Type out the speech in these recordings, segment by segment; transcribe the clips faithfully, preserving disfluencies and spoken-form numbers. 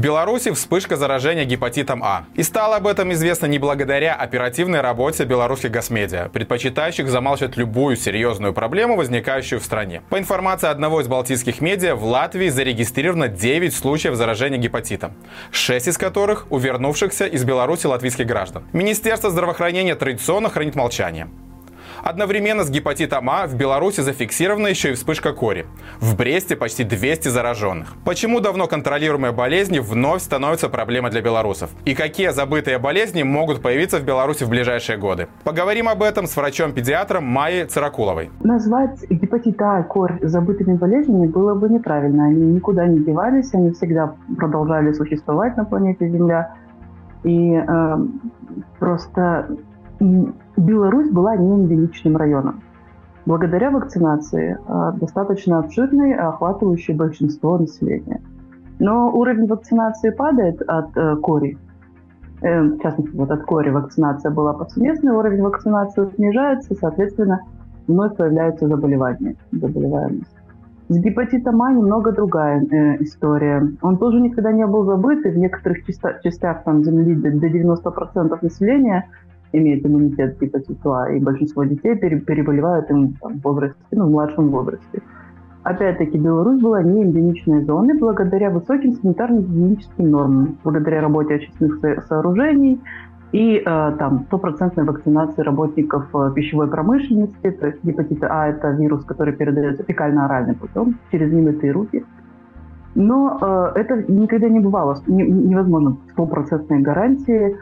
Беларуси вспышка заражения гепатитом А. И стало об этом известно не благодаря оперативной работе белорусских госмедиа, предпочитающих замалчивать любую серьезную проблему, возникающую в стране. По информации одного из балтийских медиа, в Латвии зарегистрировано девять случаев заражения гепатитом, шесть из которых у вернувшихся из Беларуси латвийских граждан. Министерство здравоохранения традиционно хранит молчание. Одновременно с гепатитом А в Беларуси зафиксирована еще и вспышка кори. В Бресте почти двести зараженных. Почему давно контролируемые болезни вновь становятся проблемой для белорусов? И какие забытые болезни могут появиться в Беларуси в ближайшие годы? Поговорим об этом с врачом-педиатром Майей Циракуловой. Назвать гепатит А и корь забытыми болезнями было бы неправильно. Они никуда не девались, они всегда продолжали существовать на планете Земля. И э, просто... Беларусь была не эндемичным районом. Благодаря вакцинации, достаточно обширной, охватывающей большинство населения. Но уровень вакцинации падает от кори. В частности, вот от кори вакцинация была повсеместной, уровень вакцинации снижается, соответственно, вновь появляются заболевания, заболеваемость. С гепатитом А немного другая э, история. Он тоже никогда не был забыт, и в некоторых частях, частях там, Земли до девяноста процентов населения имеет иммунитет к гепатиту А, и большинство детей переболевают им там, в возрасте, ну, в младшем возрасте. Опять-таки, Беларусь была не эндемичной зоной благодаря высоким санитарно-гигиеническим нормам, благодаря работе очистных сооружений и э, там стопроцентной вакцинации работников э, пищевой промышленности. То есть гепатит А – это вирус, который передается фекально-оральным путем через немытые руки. Но э, это никогда не бывало, не, невозможно стопроцентной гарантии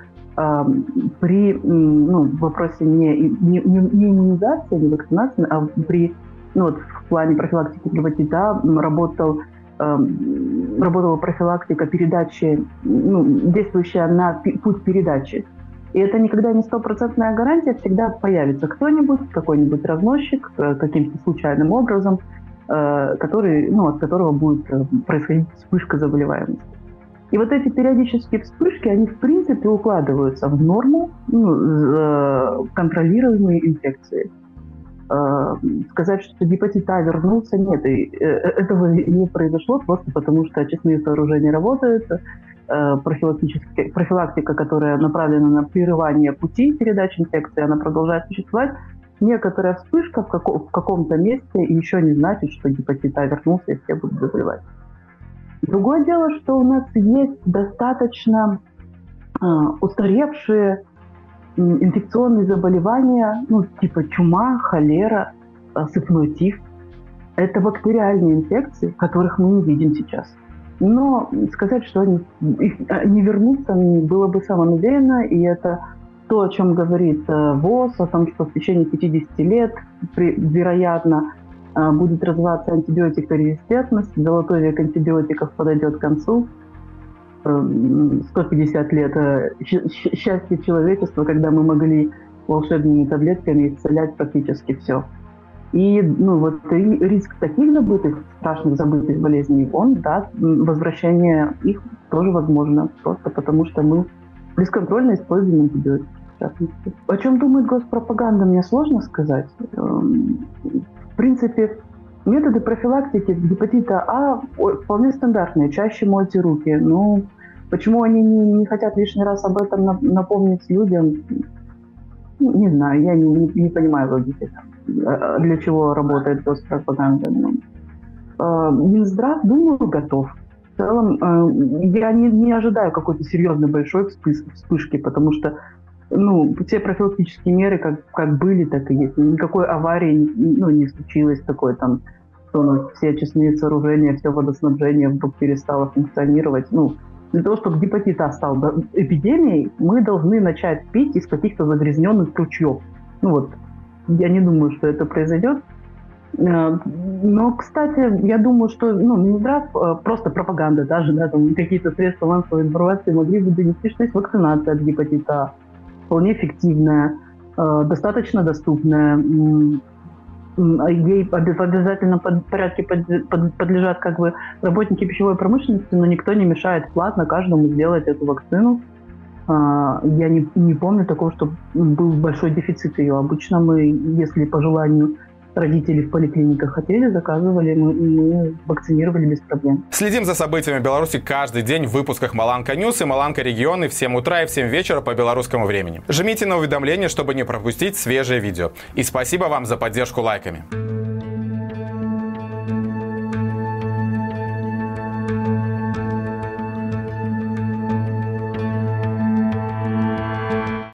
при ну, вопросе не, не, не иммунизации, не вакцинации, а при, ну, вот в плане профилактики гепатита А работал, э, работала профилактика передачи, ну, действующая на путь передачи. И это никогда не стопроцентная гарантия, всегда появится кто-нибудь, какой-нибудь разносчик, каким-то случайным образом, э, который, ну, от которого будет происходить вспышка заболеваемости. И вот эти периодические вспышки, они в принципе укладываются в норму ну, контролируемой инфекции. Сказать, что гепатит А вернулся, нет, этого не произошло просто потому, что очистные сооружения работают, профилактика, которая направлена на прерывание пути передачи инфекции, она продолжает существовать. Некоторая вспышка в, каком- в каком-то месте еще не значит, что гепатит А вернулся и все будут заболевать. Другое дело, что у нас есть достаточно э, устаревшие э, инфекционные заболевания, ну, типа чума, холера, э, сыпной тиф. Это бактериальные инфекции, которых мы не видим сейчас. Но сказать, что они их, не вернутся, было бы самонадеянно, и это то, о чем говорит э, ВОЗ, о том, что в течение пятидесяти лет, при, вероятно, будет развиваться антибиотикорезистентность, золотой век антибиотиков подойдет к концу. сто пятьдесят лет счастья человечества, когда мы могли волшебными таблетками исцелять практически все. И ну, вот риск таких забытых, страшных забытых болезней, он, да, возвращение их тоже возможно, просто потому что мы бесконтрольно используем антибиотики. О чем думает госпропаганда, мне сложно сказать. В принципе, методы профилактики гепатита А вполне стандартные. Чаще мойте руки. Ну, почему они не, не хотят лишний раз об этом напомнить людям? Ну, не знаю, я не, не, не понимаю логики, для чего работает госпропаганда. Минздрав, думаю, готов. В целом, я не, не ожидаю какой-то серьезной большой вспышки, потому что ну, те профилактические меры как, как были, так и есть. Никакой аварии ну, не случилось такой, там, что ну, все очистные сооружения, все водоснабжение вдруг перестало функционировать. Ну, для того, чтобы гепатит А стал эпидемией, мы должны начать пить из каких-то загрязненных ручьев. Ну вот, я не думаю, что это произойдет. Но, кстати, я думаю, что ну, Минздрав, просто пропаганда даже, да, там какие-то средства массовой информации могли бы донести, что есть вакцинация от гепатита А. Вполне эффективная, э, достаточно доступная. Ей в обязательном порядке под, под, подлежат как бы работники пищевой промышленности, но никто не мешает платно каждому сделать эту вакцину. Э, я не, не помню такого, что был большой дефицит ее. Обычно мы, если по желанию родители в поликлиниках хотели, заказывали, мы, мы вакцинировали без проблем. Следим за событиями в Беларуси каждый день в выпусках Маланка Ньюс и Маланка Регионы в семь утра и в семь вечера по белорусскому времени. Жмите на уведомления, чтобы не пропустить свежее видео. И спасибо вам за поддержку лайками.